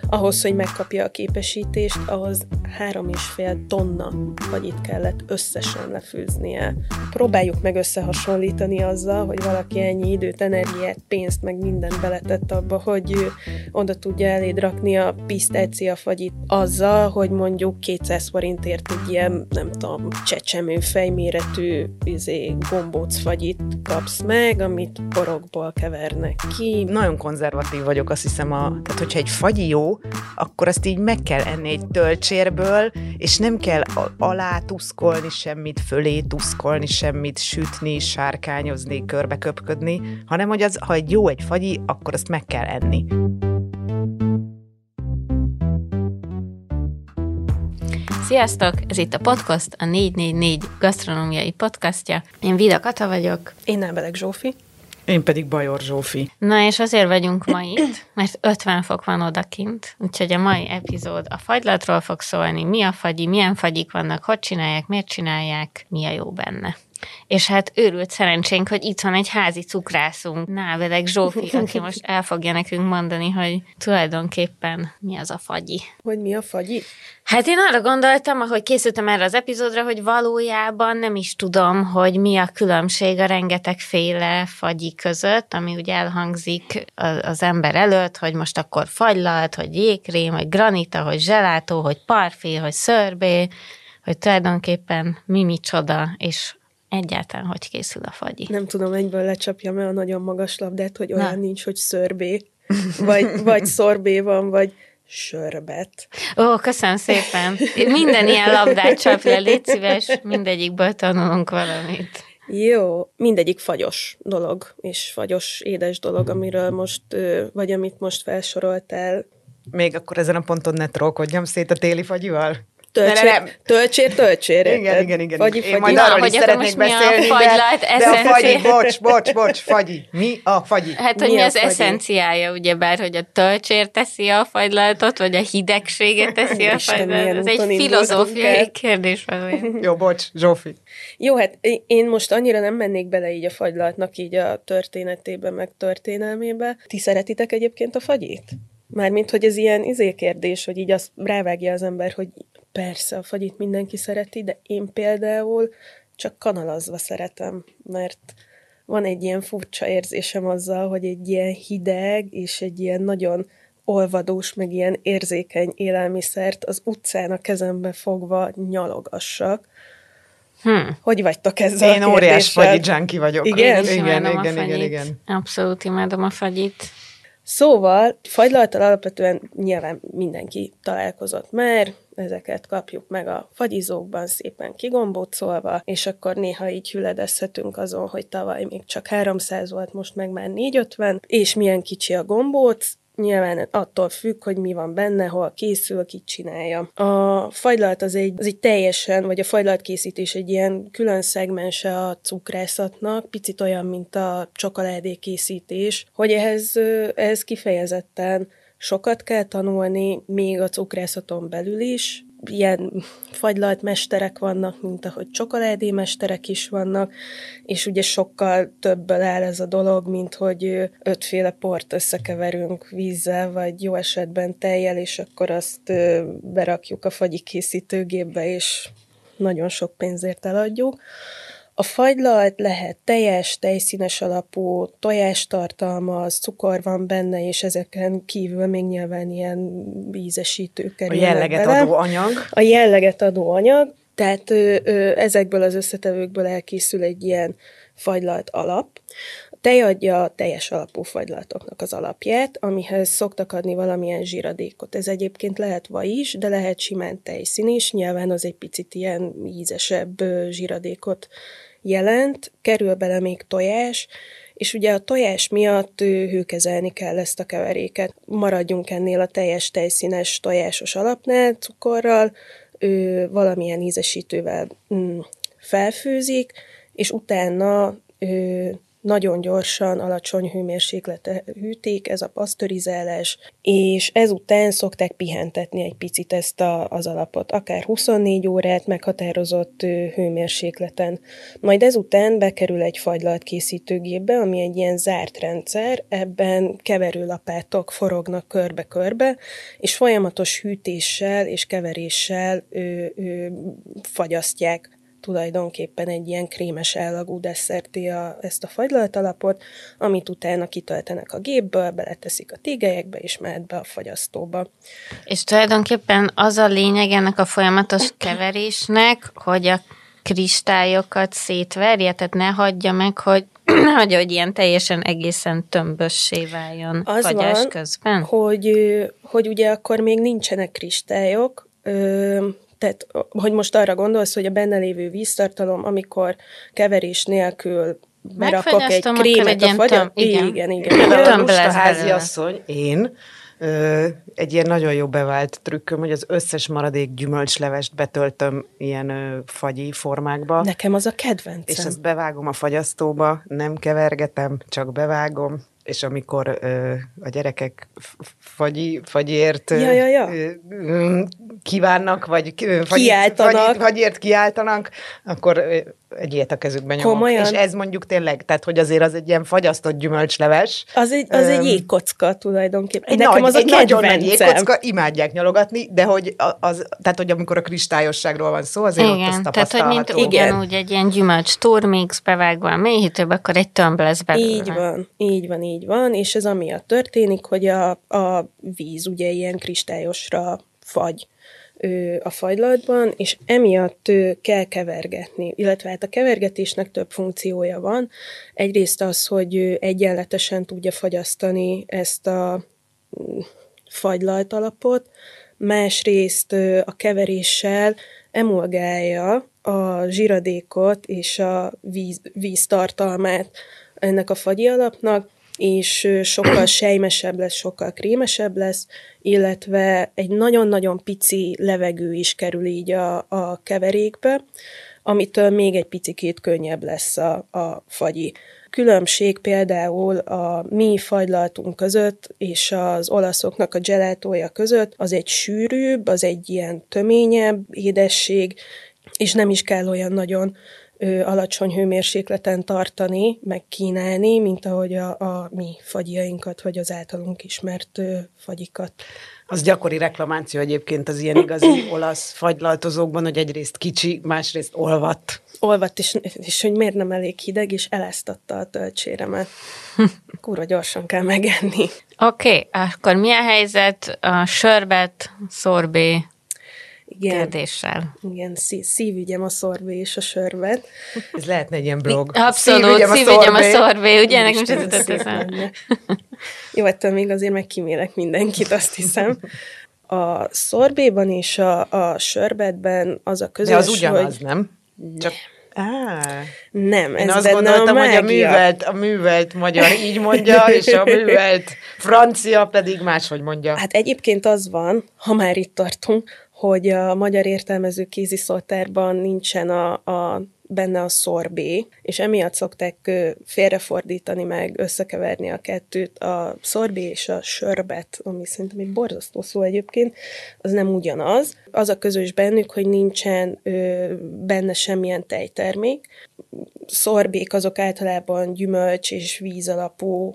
ahhoz, hogy megkapja a képesítést, ahhoz 3,5 tonna fagyit kellett összesen lefőznie. Próbáljuk meg összehasonlítani azzal, hogy valaki ennyi időt, energiát, pénzt, meg mindent beletett abba, hogy oda tudja eléd rakni a pisztácia fagyit azzal, hogy mondjuk 200 forintért egy ilyen, nem tudom, csecsemő fejméretű gombóc fagyit kapsz meg, amit porokból kevernek ki. Nagyon konzervatív vagyok, azt hiszem, tehát hogyha egy fagyi jó, akkor azt így meg kell enni egy tölcsérből, és nem kell alá tuszkolni semmit, fölé tuszkolni semmit, sütni, sárkányozni, körbeköpködni, hanem hogy ha egy jó egy fagyi, akkor azt meg kell enni. Sziasztok! Ez itt a podcast, a 444 gasztronómiai podcastja. Én Vida Kata vagyok. Én Nábelek Zsófi. Én pedig Bajor Zsófi. Na és azért vagyunk ma itt, mert 50 fok van odakint, úgyhogy a mai epizód a fagylatról fog szólni, mi a fagyi, milyen fagyik vannak, hogy csinálják, miért csinálják, mi a jó benne. És hát őrült szerencsénk, hogy itt van egy házi cukrászunk, Nábelek Zsófi, aki most el fogja nekünk mondani, hogy tulajdonképpen mi az a fagyi. Hogy mi a fagyi? Hát én arra gondoltam, ahogy készültem erre az epizódra, hogy valójában nem is tudom, hogy mi a különbség a rengetegféle fagyi között, ami ugye elhangzik az ember előtt, hogy most akkor fagylalt, hogy jégkrém, hogy granita, hogy zselátó, hogy parfé, hogy szörbé, hogy tulajdonképpen mi micsoda, és egyáltalán hogy készül a fagyi. Nem tudom, egyből lecsapjam el a nagyon magas labdát, hogy olyan nincs, hogy szörbé, vagy szorbé van, vagy sörbet. Ó, köszönöm szépen. Minden ilyen labdát csap le, légy szíves, mindegyikből tanulunk valamit. Jó, mindegyik fagyos dolog, és fagyos, édes dolog, amiről most, vagy amit most felsoroltál. Még akkor ezen a ponton ne trollkodjam szét a téli fagyival? Tölcsér. Igen. Fagyi. Én majd arról is szeretnék beszélni, de a fagyi, bocs, fagyi. Mi a fagyi? Hát, hogy mi az eszenciája, ugyebár, hogy a tölcsér teszi a fagylaltot, vagy a hidegsége teszi a fagylaltot. Ez egy filozófiai kérdés valójában. Jó, bocs, Zsófi. Jó, hát én most annyira nem mennék bele így a fagylaltnak így a történetébe, meg történelmébe. Ti szeretitek egyébként a fagyit? Mármint, hogy ez ilyen kérdés, hogy így azt rávágja az ember, hogy persze, a fagyit mindenki szereti, de én például csak kanalazva szeretem, mert van egy ilyen furcsa érzésem azzal, hogy egy ilyen hideg és egy ilyen nagyon olvadós, meg ilyen érzékeny élelmiszert az utcán a kezembe fogva nyalogassak. Hogy vagytok ezzel Én óriás fagyi junkie vagyok. Igen. Abszolút imádom a fagyit. Szóval fagylalttal alapvetően nyilván mindenki találkozott már, ezeket kapjuk meg a fagyizókban szépen kigombócolva, és akkor néha így hüledezhetünk azon, hogy tavaly még csak 300 volt, most meg már 450, és milyen kicsi a gombóc. Nyilván attól függ, hogy mi van benne, hol készül, ki csinálja. A fagylalt az egy teljesen, vagy a fagylalt készítés egy ilyen külön szegmense a cukrászatnak, picit olyan, mint a csokoládé készítés, hogy ehhez kifejezetten sokat kell tanulni, még a cukrászaton belül is. Ilyen fagylalt mesterek vannak, mint ahogy csokoládé mesterek is vannak, és ugye sokkal többből áll ez a dolog, mint hogy 5 féle port összekeverünk vízzel, vagy jó esetben tejjel, és akkor azt berakjuk a fagyi készítőgépbe, és nagyon sok pénzért eladjuk. A fagylalt lehet teljes, tejszínes alapú, tojást tartalmaz, cukor van benne, és ezeken kívül még nyilván ilyen ízesítők kerülnek bele. A jelleget adó anyag. A jelleget adó anyag, tehát ezekből az összetevőkből elkészül egy ilyen fagylalt alap. A tej adja a teljes alapú fagylaltoknak az alapját, amihez szoktak adni valamilyen zsiradékot. Ez egyébként lehet vaj is, de lehet simán tejszín is, nyilván az egy picit ilyen ízesebb zsiradékot jelent, kerül bele még tojás, és ugye a tojás miatt hőkezelni kell ezt a keveréket. Maradjunk ennél a teljes tejszínes tojásos alapnál, cukorral, valamilyen ízesítővel felfőzik, és utána nagyon gyorsan, alacsony hőmérsékleten hűtik, ez a pasztörizálás, és ezután szokták pihentetni egy picit ezt az alapot, akár 24 órát meghatározott hőmérsékleten. Majd ezután bekerül egy fagylalt készítőgépbe, ami egy ilyen zárt rendszer, ebben keverőlapátok forognak körbe-körbe, és folyamatos hűtéssel és keveréssel fagyasztják tulajdonképpen egy ilyen krémes állagú desszerté ezt a fagylalt alapot, amit utána kitöltenek a gépből, beleteszik a tégelyekbe, és mehet be a fagyasztóba. És tulajdonképpen az a lényeg ennek a folyamatos keverésnek, hogy a kristályokat szétverje, tehát ne hagyja meg, hogy ilyen teljesen egészen tömbössé váljon az fagyás van, közben. Hogy ugye akkor még nincsenek kristályok, tehát, hogy most arra gondolsz, hogy a benne lévő víztartalom, amikor keverés nélkül berakok egy krémet a fagyat. Igen. Például most a háziasszony, én, egy ilyen nagyon jó bevált trükköm, hogy az összes maradék gyümölcslevest betöltöm ilyen fagyi formákba. Nekem az a kedvencem. És ezt bevágom a fagyasztóba, nem kevergetem, csak bevágom, és amikor a gyerekek fagyért kívánnak, vagy fagyért kiáltanak, akkor egy ilyet a kezükbe nyomok. Komolyan? És ez mondjuk tényleg, tehát hogy azért az egy ilyen fagyasztott gyümölcsleves. Az egy jégkocka tulajdonképpen. Nekem az a nagyon nagy jégkocka, imádják nyalogatni, de hogy tehát hogy amikor a kristályosságról van szó, azért igen, ott az tapasztalható. Tehát, hogy mint ugyanúgy egy ilyen gyümölcs turmix bevágva a mélyhűtőbe, akkor egy tömb lesz belőle. Így van, és ez amiatt történik, hogy a víz ugye ilyen kristályosra fagy a fagylaltban, és emiatt kell kevergetni, illetve hát a kevergetésnek több funkciója van. Egyrészt az, hogy egyenletesen tudja fagyasztani ezt a fagylalt alapot, másrészt a keveréssel emulgálja a zsiradékot és a víztartalmát ennek a fagyi alapnak, és sokkal sejmesebb lesz, sokkal krémesebb lesz, illetve egy nagyon-nagyon pici levegő is kerül így a keverékbe, amitől még egy picikét könnyebb lesz a fagyi. Különbség például a mi fagylaltunk között és az olaszoknak a gelatója között az egy sűrűbb, az egy ilyen töményebb édesség, és nem is kell olyan nagyon alacsony hőmérsékleten tartani, meg kínálni, mint ahogy a mi fagyjainkat, vagy az általunk ismert fagyikat. Az gyakori reklamáció egyébként az ilyen igazi olasz fagylaltozókban, hogy egyrészt kicsi, másrészt olvadt. Olvadt, és hogy miért nem elég hideg, és eláztatta a töltséremet. Kurva gyorsan kell megenni. Oké, akkor mi a helyzet a sörbet, szorbé kérdéssel? Igen, szívügyem a szorbé és a sörbet. Ez lehetne egy ilyen blog. Abszolút, szívügyem a szorbé, ugye? Nekem is jutott eszembe. Jó, ettől még azért megkímélek mindenkit, azt hiszem. A szorbéban és a sörbetben az a közös, de az ugyanaz, hogy... nem? Csak... Nem, én ez azt gondoltam, hogy a művelt magyar így mondja, és a művelt francia pedig máshogy mondja. Hát egyébként az van, ha már itt tartunk, hogy a magyar értelmező kéziszótárban nincsen benne a szorbé, és emiatt szokták félrefordítani, meg összekeverni a kettőt. A szorbé és a sörbet, ami szerintem egy borzasztó szó egyébként, az nem ugyanaz. Az a közös bennük, hogy nincsen benne semmilyen tejtermék. Szorbék azok általában gyümölcs és víz alapú.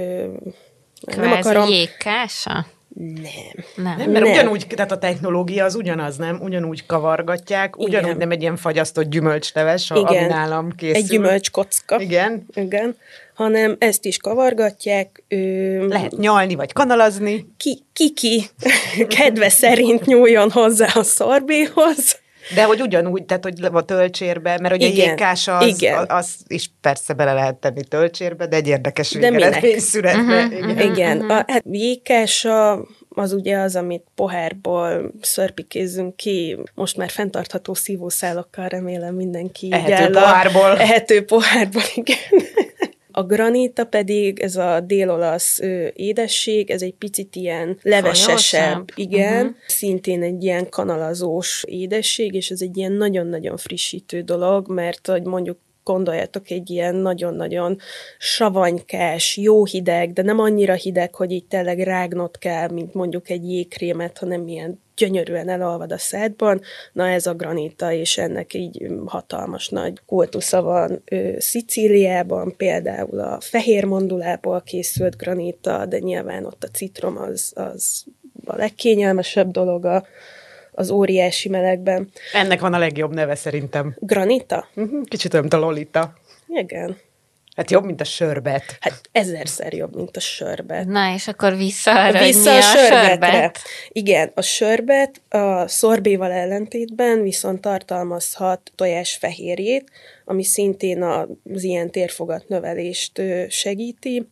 Nem akarom... jégkása? Nem. Mert ugyanúgy, tehát a technológia az ugyanaz, nem? Ugyanúgy kavargatják, ugyanúgy nem egy ilyen fagyasztott gyümölcsleves, ami nálam készül. Egy gyümölcskocka. Igen, hanem ezt is kavargatják. Lehet nyalni, vagy kanalazni. Ki kedve szerint nyúljon hozzá a szorbéhoz. De hogy ugyanúgy, tehát hogy a tölcsérbe, mert ugye a jégkása az is persze bele lehet tenni tölcsérbe, de egy érdekes végeredmény születne. Igen. Hát jégkása az ugye az, amit pohárból szörpikézzünk ki, most már fenntartható szívószálakkal, remélem mindenki ehető pohárból, igen. A granita pedig, ez a dél-olasz édesség, ez egy picit ilyen levesesebb, igen, szintén egy ilyen kanalazós édesség, és ez egy ilyen nagyon-nagyon frissítő dolog, mert hogy mondjuk gondoljatok egy ilyen nagyon-nagyon savanykás, jó hideg, de nem annyira hideg, hogy így tényleg rágnod kell, mint mondjuk egy jégkrémet, hanem ilyen gyönyörűen elolvad a szádban. Na ez a granita, és ennek így hatalmas nagy kultusza van Szicíliában, például a fehér mondulából készült granita, de nyilván ott a citrom az a legkényelmesebb dolog az óriási melegben. Ennek van a legjobb neve szerintem. Granita? Kicsit olyan, mint a Lolita. Igen. Hát jobb, mint a sörbet. Hát 1000-szer jobb, mint a sörbet. Na, és akkor vissza arra, Vissza hogy mi a a sörbetre. sörbet. Igen, a sörbet a szorbéval ellentétben viszont tartalmazhat tojásfehérjét, ami szintén az ilyen térfogatnövelést segíti,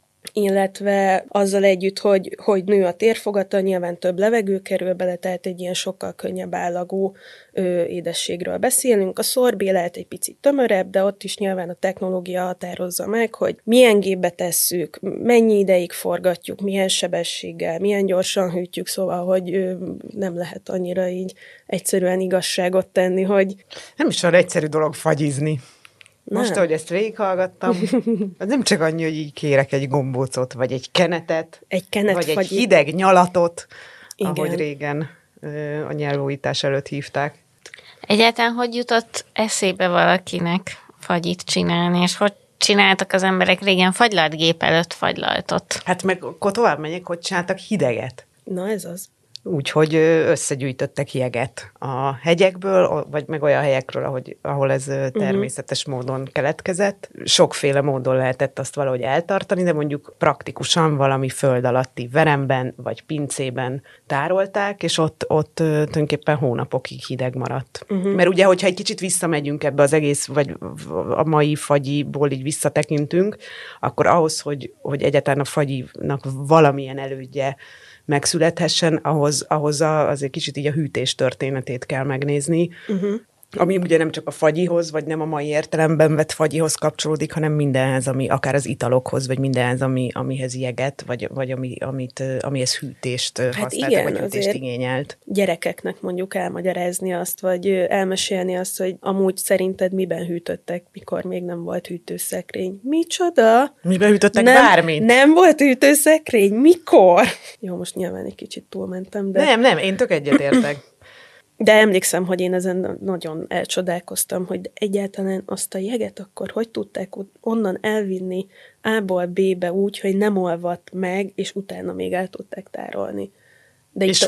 illetve azzal együtt, hogy nő a térfogata, nyilván több levegő kerül bele, tehát egy ilyen sokkal könnyebb állagú édességről beszélünk. A szorbé lehet egy picit tömörebb, de ott is nyilván a technológia határozza meg, hogy milyen gépbe tesszük, mennyi ideig forgatjuk, milyen sebességgel, milyen gyorsan hűtjük, szóval, hogy nem lehet annyira így egyszerűen igazságot tenni, hogy... Nem is olyan egyszerű dolog fagyizni. Most, ahogy ezt végighallgattam, az nem csak annyi, hogy így kérek egy gombócot, vagy egy kenetet, vagy egy hideg nyalatot, igen, ahogy régen a nyelvújítás előtt hívták. Egyáltalán hogy jutott eszébe valakinek fagyit csinálni, és hogy csináltak az emberek régen fagylaltgép előtt fagylaltot? Hát meg akkor tovább megyek, hogy csináltak hideget. Na ez az. Úgyhogy összegyűjtöttek jeget a hegyekből, vagy meg olyan helyekről, ahol ez természetes módon keletkezett. Sokféle módon lehetett azt valahogy eltartani, de mondjuk praktikusan valami föld alatti veremben, vagy pincében tárolták, és ott tulajdonképpen hónapokig hideg maradt. Mert ugye, hogyha egy kicsit visszamegyünk ebbe az egész, vagy a mai fagyiból így visszatekintünk, akkor ahhoz, hogy egyáltalán a fagyinak valamilyen elődje megszülethessen, ahhoz azért kicsit így a hűtés történetét kell megnézni, ami ugye nem csak a fagyihoz, vagy nem a mai értelemben vett fagyihoz kapcsolódik, hanem mindenhez, ami akár az italokhoz, vagy mindenhez, amihez jeget, vagy amihez hűtést használtak, vagy hűtést igényelt. Gyerekeknek mondjuk elmagyarázni azt, vagy elmesélni azt, hogy amúgy szerinted miben hűtöttek, mikor még nem volt hűtőszekrény. Micsoda? Miben hűtöttek bármit? Nem volt hűtőszekrény? Mikor? Jó, most nyilván egy kicsit túlmentem, de... Nem, én tök egyetértek. De emlékszem, hogy én ezen nagyon elcsodálkoztam, hogy egyáltalán azt a jeget akkor hogy tudták onnan elvinni A-ból B-be úgy, hogy nem olvadt meg, és utána még el tudták tárolni. De és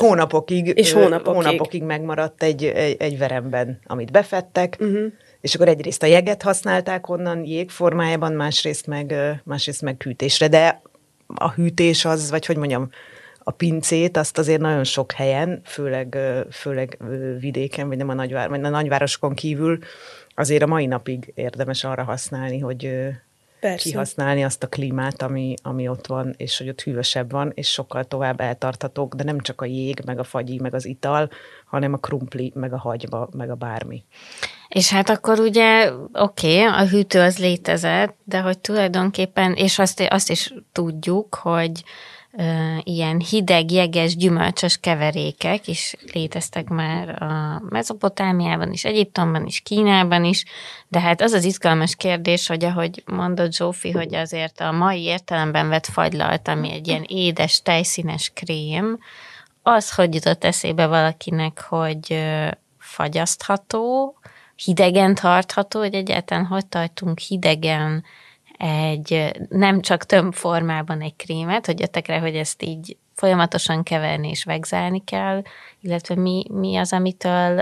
hónapokig megmaradt egy veremben, amit befettek, és akkor egyrészt a jeget használták onnan jégformájában, másrészt meg hűtésre. De a hűtés az, vagy hogy mondjam, a pincét, azt azért nagyon sok helyen, főleg vidéken, vagy nem a nagyvárosokon kívül, azért a mai napig érdemes arra használni, hogy kihasználni azt a klímát, ami ott van, és hogy ott hűvösebb van, és sokkal tovább eltarthatók, de nem csak a jég, meg a fagyi, meg az ital, hanem a krumpli, meg a hagyma, meg a bármi. És hát akkor ugye, a hűtő az létezett, de hogy tulajdonképpen, és azt is tudjuk, hogy ilyen hideg, jeges, gyümölcsös keverékek is léteztek már a Mezopotámiában is, Egyiptomban is, Kínában is, de hát az az izgalmas kérdés, hogy ahogy mondott Zsófi, hogy azért a mai értelemben vett fagylalt, ami egy ilyen édes, tejszínes krém, az hogy jutott eszébe valakinek, hogy fagyasztható, hidegen tartható, hogy egyáltalán hogy tartunk hidegen nem csak tömbformában egy krémet, hogy jöttek rá, hogy ezt így folyamatosan keverni és vegzálni kell, illetve mi az, amitől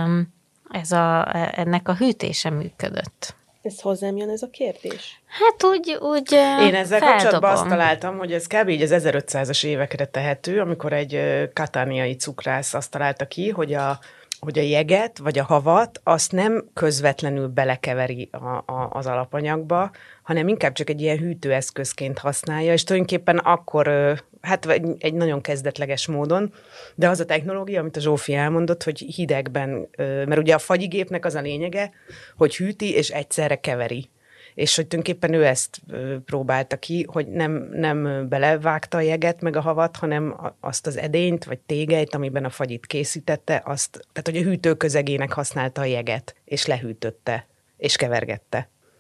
ennek a hűtése működött. Ez hozzám jön ez a kérdés? Hát úgy én ezzel kapcsolatban azt találtam, hogy ez kb. Így az 1500-as évekre tehető, amikor egy katániai cukrász azt találta ki, hogy a jeget, vagy a havat, azt nem közvetlenül belekeveri az alapanyagba, hanem inkább csak egy ilyen hűtőeszközként használja, és tulajdonképpen akkor, hát egy nagyon kezdetleges módon, de az a technológia, amit a Zsófi elmondott, hogy hidegben, mert ugye a fagyigépnek az a lényege, hogy hűti, és egyszerre keveri. És hogy tulajdonképpen ő ezt próbálta ki, hogy nem belevágta a jeget meg a havat, hanem azt az edényt vagy tégelyt, amiben a fagyit készítette, tehát hogy a hűtő közegének használta a jeget, és lehűtötte, és kevergette.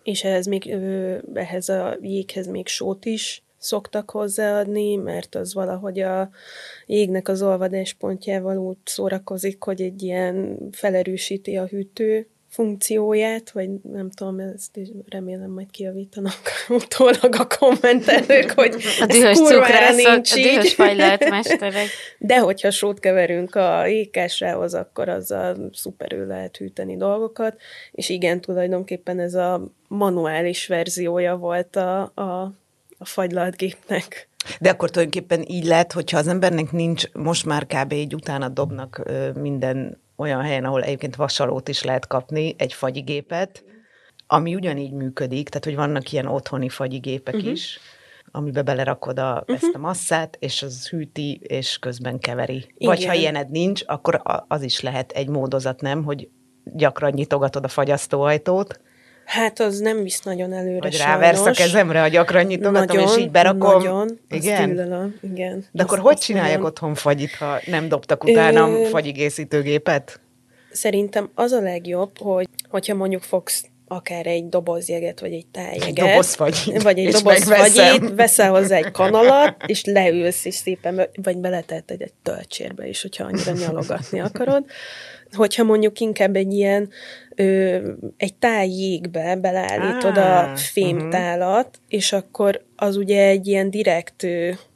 És ehhez a jéghez még sót is szoktak hozzáadni, mert az valahogy a jégnek az olvadáspontjával úgy szórakozik, hogy egy ilyen felerősíti a hűtő funkcióját, vagy nem tudom, ezt remélem majd kijavítanak utólag a kommentelők, hogy a dühös cukrászok, nincs a dühös fajlátmesterek. De hogyha sót keverünk a jégkásrához, akkor azzal szuperül lehet hűteni dolgokat, és igen, tulajdonképpen ez a manuális verziója volt a fagylaltgépnek. De akkor tulajdonképpen így lehet, hogyha az embernek nincs, most már kb. Így utána dobnak minden olyan helyen, ahol egyébként vasalót is lehet kapni, egy fagyigépet, ami ugyanígy működik, tehát hogy vannak ilyen otthoni fagyigépek is, amibe belerakod ezt a masszát, és az hűti, és közben keveri. Igen. Vagy ha ilyened nincs, akkor az is lehet egy módozat, nem, hogy gyakran nyitogatod a fagyasztóajtót. Hát az nem visz nagyon előre, vagy ráversz a kezemre, a gyakran nyitogatom, és így berakom. Nagyon, igen. Igen. De akkor hogy csináljak otthon fagyit, ha nem dobtak utána fagyigészítőgépet? Szerintem az a legjobb, hogyha mondjuk fogsz akár egy doboz jeget, vagy egy tájjeget. Egy doboz fagyit. Vagy egy doboz fagyit, veszel hozzá egy kanalat, és leülsz, és szépen, vagy beletetted egy töltsérbe is, hogyha annyira nyalogatni akarod. Hogyha mondjuk inkább egy ilyen egy táj jégbe beleállítod a fémtálat, és akkor az ugye egy ilyen direkt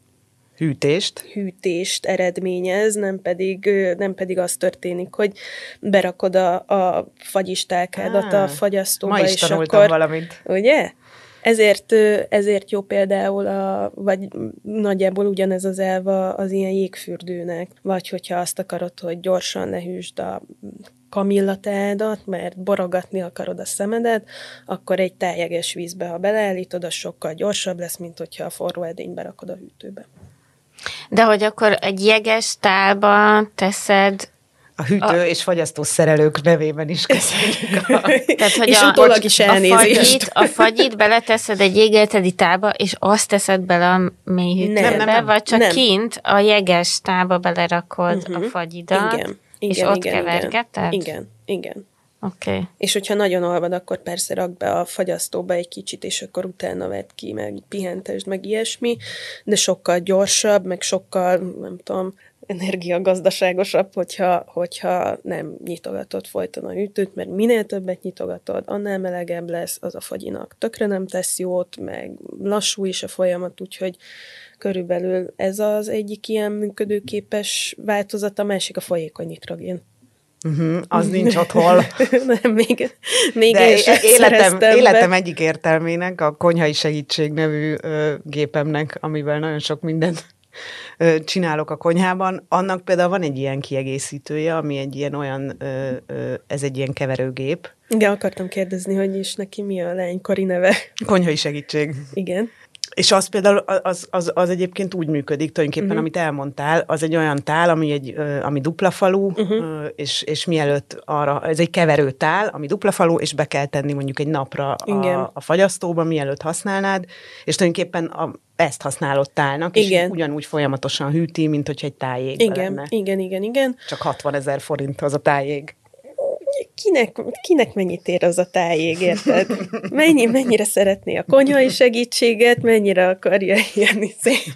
hűtést eredményez, nem pedig az történik, hogy berakod a fagyistálkádat a fagyasztóba, ma is és tanultam akkor, valamit. Ugye? Ezért jó például, vagy nagyjából ugyanez az elva az ilyen jégfürdőnek, vagy hogyha azt akarod, hogy gyorsan lehűsd a kamillateádat, mert borogatni akarod a szemedet, akkor egy tájjeges vízbe, ha beleállítod, az sokkal gyorsabb lesz, mint hogyha a forró edénybe rakod a hűtőbe. De hogy akkor egy jeges tálba teszed a hűtő és fagyasztó szerelők nevében is köszönjük. Tehát, hogy és utólag is elnézést. A fagyit beleteszed egy jégelteli tálba, és azt teszed bele a mély hűtőbe, nem, vagy csak kint a jeges tálba belerakod a fagyidat, és ott kevergeted? Igen. Okay. És hogyha nagyon olvad, akkor persze rak be a fagyasztóba egy kicsit, és akkor utána vedd ki, meg pihentesd, meg ilyesmi, de sokkal gyorsabb, meg sokkal, nem tudom, energiagazdaságosabb, hogyha nem nyitogatod folyton a hűtőt, mert minél többet nyitogatod, annál melegebb lesz, az a fagyinak tökre nem tesz jót, meg lassú is a folyamat, úgyhogy körülbelül ez az egyik ilyen működőképes változat, a másik a folyékony nitrogén. Az nincs otthon. Nem, még de én életem egyik értelmének, a Konyhai Segítség nevű gépemnek, amivel nagyon sok mindent csinálok a konyhában, annak például van egy ilyen kiegészítője, ami egy ilyen olyan, ez egy ilyen keverőgép. Igen, akartam kérdezni, hogy is neki mi a lánykori neve. Konyhai Segítség. Igen. És az például, az egyébként úgy működik, tulajdonképpen, amit elmondtál, az egy olyan tál, ami dupla falú, és mielőtt arra, ez egy keverő tál, ami dupla falú, és be kell tenni mondjuk egy napra a fagyasztóba, mielőtt használnád, és tulajdonképpen ezt használod tálnak, és ugyanúgy folyamatosan hűti, mint hogyha egy tájjég lenne. Igen. Csak 60 000 forint az a tájjég. Kinek mennyit ér az a tájjég, érted? Mennyire szeretné a konyhai segítséget, mennyire akarja ilyen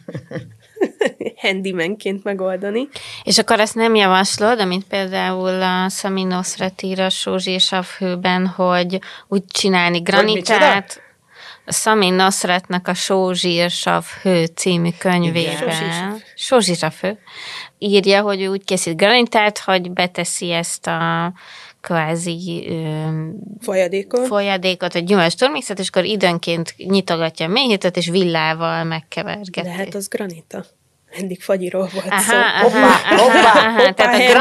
handymanként megoldani. És akkor ezt nem javaslod, amit például a Sami Nosrat ír a Sózsírsavhőben, hogy úgy csinálni granitát. A Sami Nosratnak a Sózsírsavhő című könyvében. Sózsírsavhő. Írja, hogy ő úgy készít granitát, hogy beteszi ezt a kvázi folyadékot, vagy gyümölcsturmixet, és akkor időnként nyitogatja a mélyhűtőt, és villával megkevergeti. De hát az granita. Eddig fagyiról volt szó. Tehát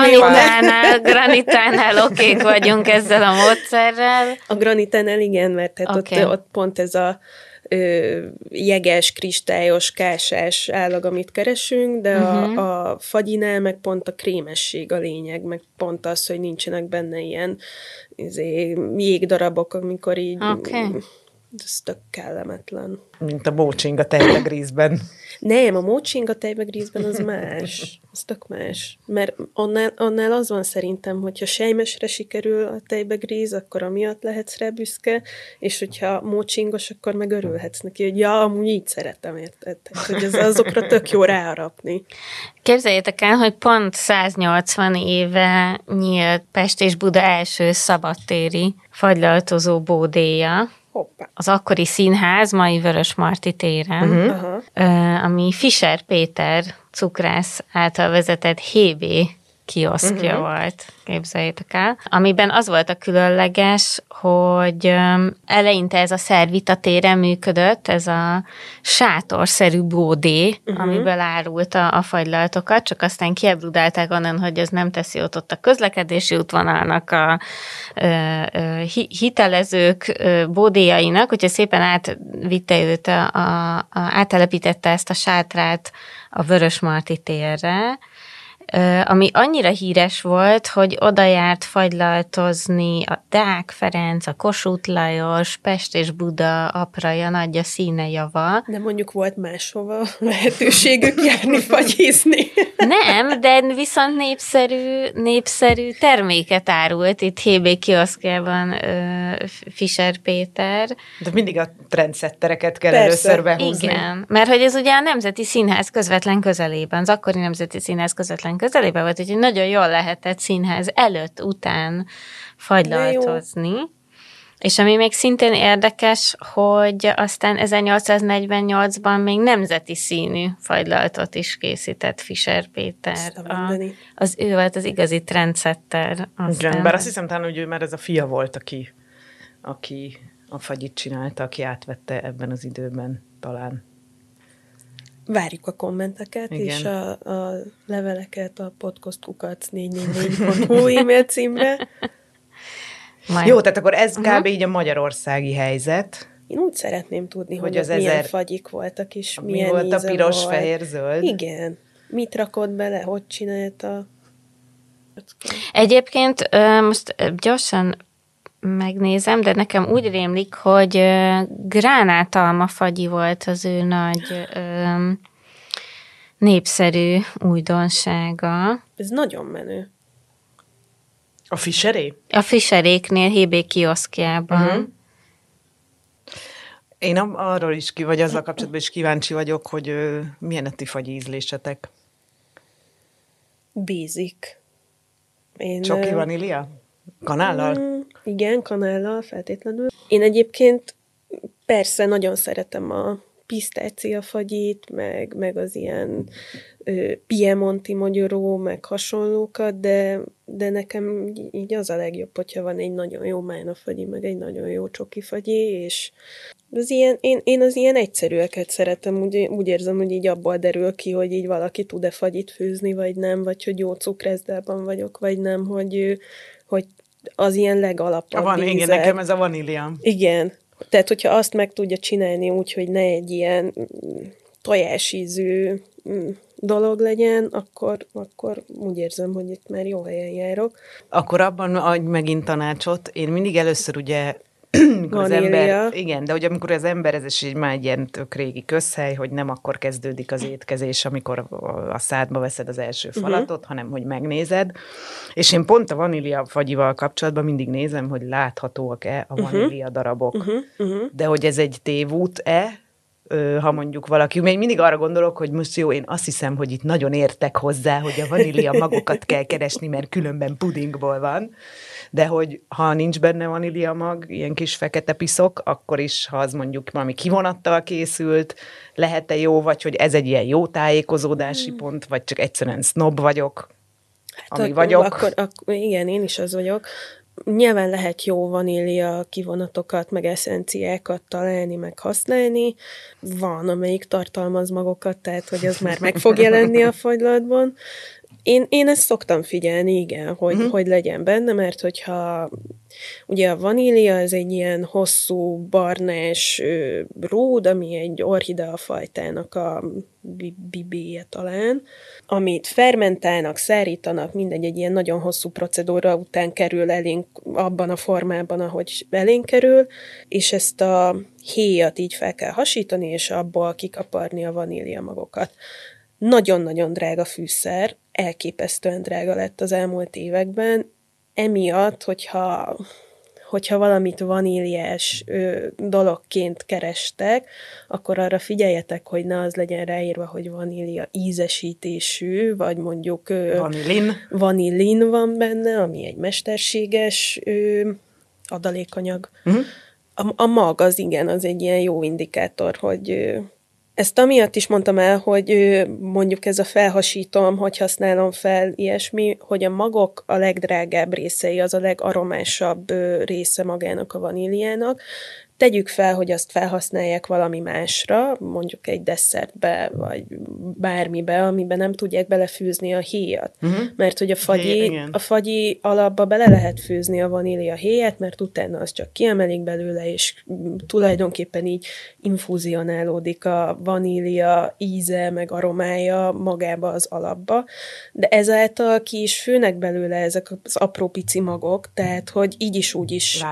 a granitánál okék vagyunk ezzel a módszerrel. A granitánál igen, mert tehát ott pont ez a jeges, kristályos, kásás állag, amit keresünk, de a fagyinál meg pont a krémesség a lényeg, meg pont az, hogy nincsenek benne ilyen jégdarabok, amikor így Ez tök kellemetlen. Mint a mócsing a tejbegrízben. Nem, a mócsing a tejbegrízben az más. Az tök más. Mert annál az van szerintem, hogyha sejmesre sikerül a tejbegríz, akkor amiatt lehetsz rá büszke, és hogyha mócsingos, akkor meg örülhetsz neki, hogy ja, amúgy így szeretem, érted? Tehát, hogy azokra tök jó ráharapni. Képzeljétek el, hogy pont 180 éve nyílt Pest és Buda első szabadtéri fagylaltozó bódéja. Hoppá. Az akkori színház, mai Vörösmarty téren, ami Fischer Péter cukrász által vezetett HB kioszkja volt, képzeljétek el, amiben az volt a különleges, hogy eleinte ez a Szervita téren működött, ez a sátorszerű bódé, amiből árult a fagylaltokat, csak aztán kiebrudálták onnan, hogy ez nem teszi ott a közlekedési útvonalnak, a hitelezők bódéjainak, úgyhogy szépen átvitte őt, áttelepítette ezt a sátrát a Vörösmarty térre, ami annyira híres volt, hogy oda járt fagylaltozni a Deák Ferenc, a Kossuth Lajos, Pest és Buda apraja, nagyja, színe, java. De mondjuk volt máshova lehetőségük járni, fagyizni. Nem, de viszont népszerű terméket árult itt HB kioszkjában Fischer Péter. De mindig a trendsettereket kell először behúzni. Igen, mert hogy ez ugye a Nemzeti Színház közvetlen közelében, az akkori Nemzeti Színház közvetlen közelében volt, úgyhogy nagyon jól lehetett színház előtt, után fagylaltozni. És ami még szintén érdekes, hogy aztán 1848-ban még nemzeti színű fagylaltot is készített Fischer Péter. Az ő volt az igazi trendsetter. Igen, bár azt hiszem talán, hogy ő már ez a fia volt, aki a fagyit csinálta, aki átvette ebben az időben talán. Várjuk a kommenteket, igen. És a leveleket a podcastkukac444.hu e-mail címre. Jó, tehát akkor ez kb. Így a magyarországi helyzet. Én úgy szeretném tudni, hogy az milyen fagyik voltak, és milyen íze volt. Mi volt a piros, fehér, zöld? Igen. Mit rakott bele, hogy csinálta? Egyébként most gyorsan megnézem, de nekem úgy rémlik, hogy gránátalma fagyi volt az ő nagy népszerű újdonsága. Ez nagyon menő. A Fischeré? A Fischeréknél HB kioszkjában. Én arról is vagy azzal kapcsolatban is kíváncsi vagyok, hogy milyen a ti fagyi ízlésetek? Basic. Csoki vanília? Kanállal? Igen, kanállal feltétlenül. Én egyébként persze nagyon szeretem a pisztáciafagyit, meg az ilyen piemonti magyaró, meg hasonlókat, de nekem így az a legjobb, hogyha van egy nagyon jó mánafagyi, meg egy nagyon jó csokifagyi, és az ilyen, én az ilyen egyszerűeket szeretem, úgy érzem, hogy így abból derül ki, hogy így valaki tud-e fagyit főzni, vagy nem, vagy hogy jó cukrászdában vagyok, vagy nem, hogy az ilyen legalapabb ízek. Igen, nekem ez a vanília. Igen. Tehát, hogyha azt meg tudja csinálni úgy, hogy ne egy ilyen tojásízű dolog legyen, akkor úgy érzem, hogy itt már jó helyen járok. Akkor abban adj megint tanácsot. Én mindig először ugye amikor az ember, igen, de hogy amikor az ember, ez is már egy ilyen tök régi közhely, hogy nem akkor kezdődik az étkezés, amikor a szádba veszed az első falatot, hanem hogy megnézed. És én pont a vanília fagyival kapcsolatban mindig nézem, hogy láthatóak-e a vanília darabok. De hogy ez egy tévút-e, ha mondjuk valaki, még mindig arra gondolok, hogy most jó, én azt hiszem, hogy itt nagyon értek hozzá, hogy a vanília magokat kell keresni, mert különben pudingból van, de hogy ha nincs benne vanília mag, ilyen kis fekete piszok, akkor is, ha az mondjuk valami kivonattal készült, lehet-e jó, vagy hogy ez egy ilyen jó tájékozódási pont, vagy csak egyszerűen sznob vagyok, ami vagyok. Akkor igen, én is az vagyok. Nyilván lehet jó vanília kivonatokat, meg eszenciákat találni, meg használni. Van, amelyik tartalmaz magokat, tehát hogy az már meg fog jelenni a fagylatban. Én ezt szoktam figyelni, igen, hogy legyen benne, mert hogyha ugye a vanília, ez egy ilyen hosszú, barnás ród, ami egy orchideafajtának a bibéje talán, amit fermentálnak, szárítanak, mindegy, egy ilyen nagyon hosszú procedúra után kerül elénk abban a formában, ahogy elénk kerül, és ezt a héjat így fel kell hasítani, és abból kikaparni a vanília magokat. Nagyon-nagyon drága fűszer, elképesztően drága lett az elmúlt években, emiatt, hogyha valamit vaníliás dologként kerestek, akkor arra figyeljetek, hogy ne az legyen ráírva, hogy vanília ízesítésű, vagy mondjuk vanillin van benne, ami egy mesterséges adalékanyag. Uh-huh. A mag az igen, az egy ilyen jó indikátor, hogy ezt amiatt is mondtam el, hogy mondjuk ez a felhasítom, hogy használom fel ilyesmi, hogy a magok a legdrágább részei, az a legaromásabb része magának a vaníliának. Tegyük fel, hogy azt felhasználják valami másra, mondjuk egy desszertbe, vagy bármibe, amiben nem tudják belefűzni a héjat. Uh-huh. Mert hogy a fagyi alapba bele lehet fűzni a vanília héját, mert utána az csak kiemelik belőle, és tulajdonképpen így infúzionálódik a vanília íze, meg aromája magába az alapba. De ezáltal ki is főnek belőle ezek az apró pici magok, tehát hogy így is úgy is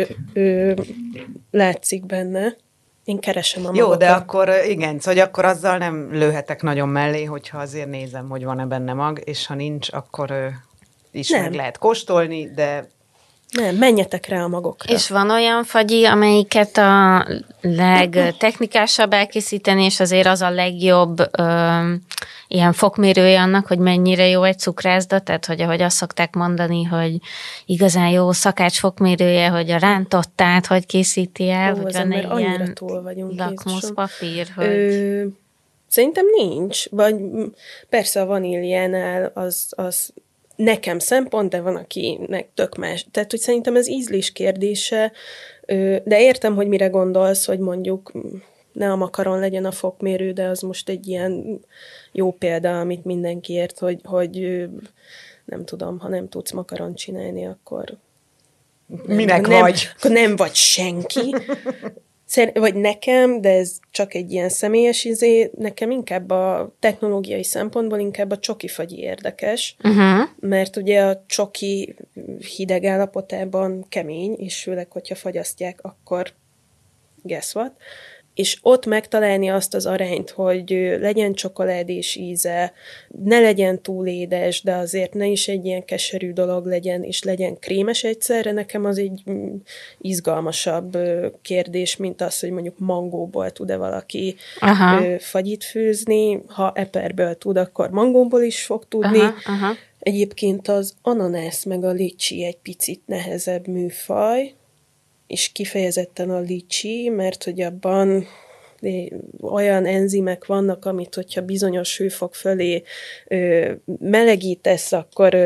látszik benne. Én keresem a magokat. Jó, de akkor igen, szóval akkor azzal nem lőhetek nagyon mellé, hogyha azért nézem, hogy van-e benne mag, és ha nincs, akkor is meg lehet kóstolni, de... Nem, menjetek rá a magokra. És van olyan fagyi, amelyiket a legtechnikásabb elkészíteni, és azért az a legjobb ilyen fokmérője annak, hogy mennyire jó egy cukrászda, tehát hogy ahogy azt szokták mondani, hogy igazán jó szakács fokmérője, hogy a rántottát hogy készíti el, hogy van egy ilyen lakmuszpapír, hogy... Szerintem nincs, vagy persze a vaníliánál az nekem szempont, de van, akinek tök más. Tehát, hogy szerintem ez ízlés kérdése, de értem, hogy mire gondolsz, hogy mondjuk ne a makaron legyen a fokmérő, de az most egy ilyen jó példa, amit mindenki ért, hogy nem tudom, ha nem tudsz makaron csinálni, akkor minek vagy? Akkor nem vagy senki. Vagy nekem, de ez csak egy ilyen személyes nekem inkább a technológiai szempontból inkább a csoki fagyi érdekes, mert ugye a csoki hideg állapotában kemény, és főleg, hogyha fagyasztják, akkor guess what? És ott megtalálni azt az arányt, hogy legyen csokoládés íze, ne legyen túl édes, de azért ne is egy ilyen keserű dolog legyen, és legyen krémes egyszerre, nekem az egy izgalmasabb kérdés, mint az, hogy mondjuk mangóból tud-e valaki fagyit főzni. Ha eperből tud, akkor mangóból is fog tudni. Egyébként az ananász meg a licsi egy picit nehezebb műfaj, és kifejezetten a licsi, mert hogy abban olyan enzimek vannak, amit hogyha bizonyos hőfok fölé melegítesz, akkor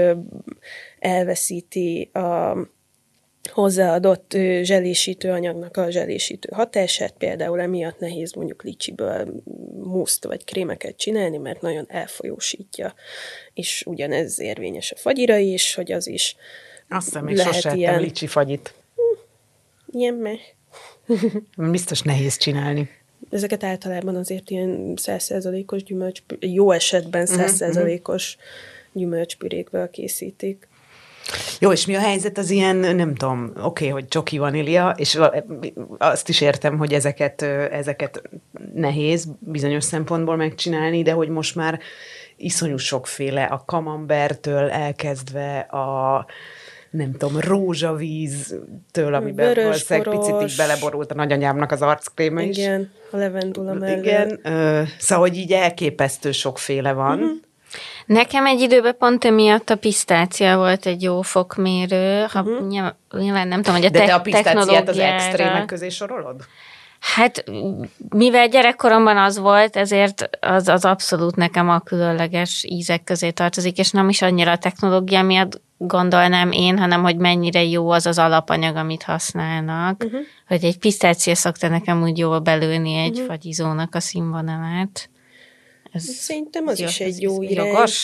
elveszíti a hozzáadott zselésítő anyagnak a zselésítő hatását, például emiatt nehéz mondjuk licsiből muszt vagy krémeket csinálni, mert nagyon elfolyósítja, és ugyanez érvényes a fagyira is, hogy az is azt hiszem, még sose ettem licsi fagyit. Ilyen biztos nehéz csinálni. Ezeket általában azért ilyen 100%-os jó esetben 100%-os gyümölcspürékből készítik. Jó, és mi a helyzet az ilyen, nem tudom, oké, hogy csoki vanília, és azt is értem, hogy ezeket nehéz bizonyos szempontból megcsinálni, de hogy most már iszonyú sokféle, a kamembertől elkezdve a nem tudom, rózsavíztől, amiben valószínűleg picit így beleborult a nagyanyámnak az arckréme is. Igen, a levendula mellett. Igen, szóval, hogy így elképesztő sokféle van. Nekem egy időben pont emiatt a pisztácia volt egy jó fokmérő, ha nyilván nem tudom, hogy a de te a pisztáciát az technológiára... extrémek közé sorolod? Hát, mivel gyerekkoromban az volt, ezért az abszolút nekem a különleges ízek közé tartozik, és nem is annyira a technológia miatt gondolnám én, hanem hogy mennyire jó az az alapanyag, amit használnak. Hogy egy pisztácia szokta nekem úgy jól belőni egy fagyizónak a színvonalát. Szerintem az is egy jó irány. Jogos?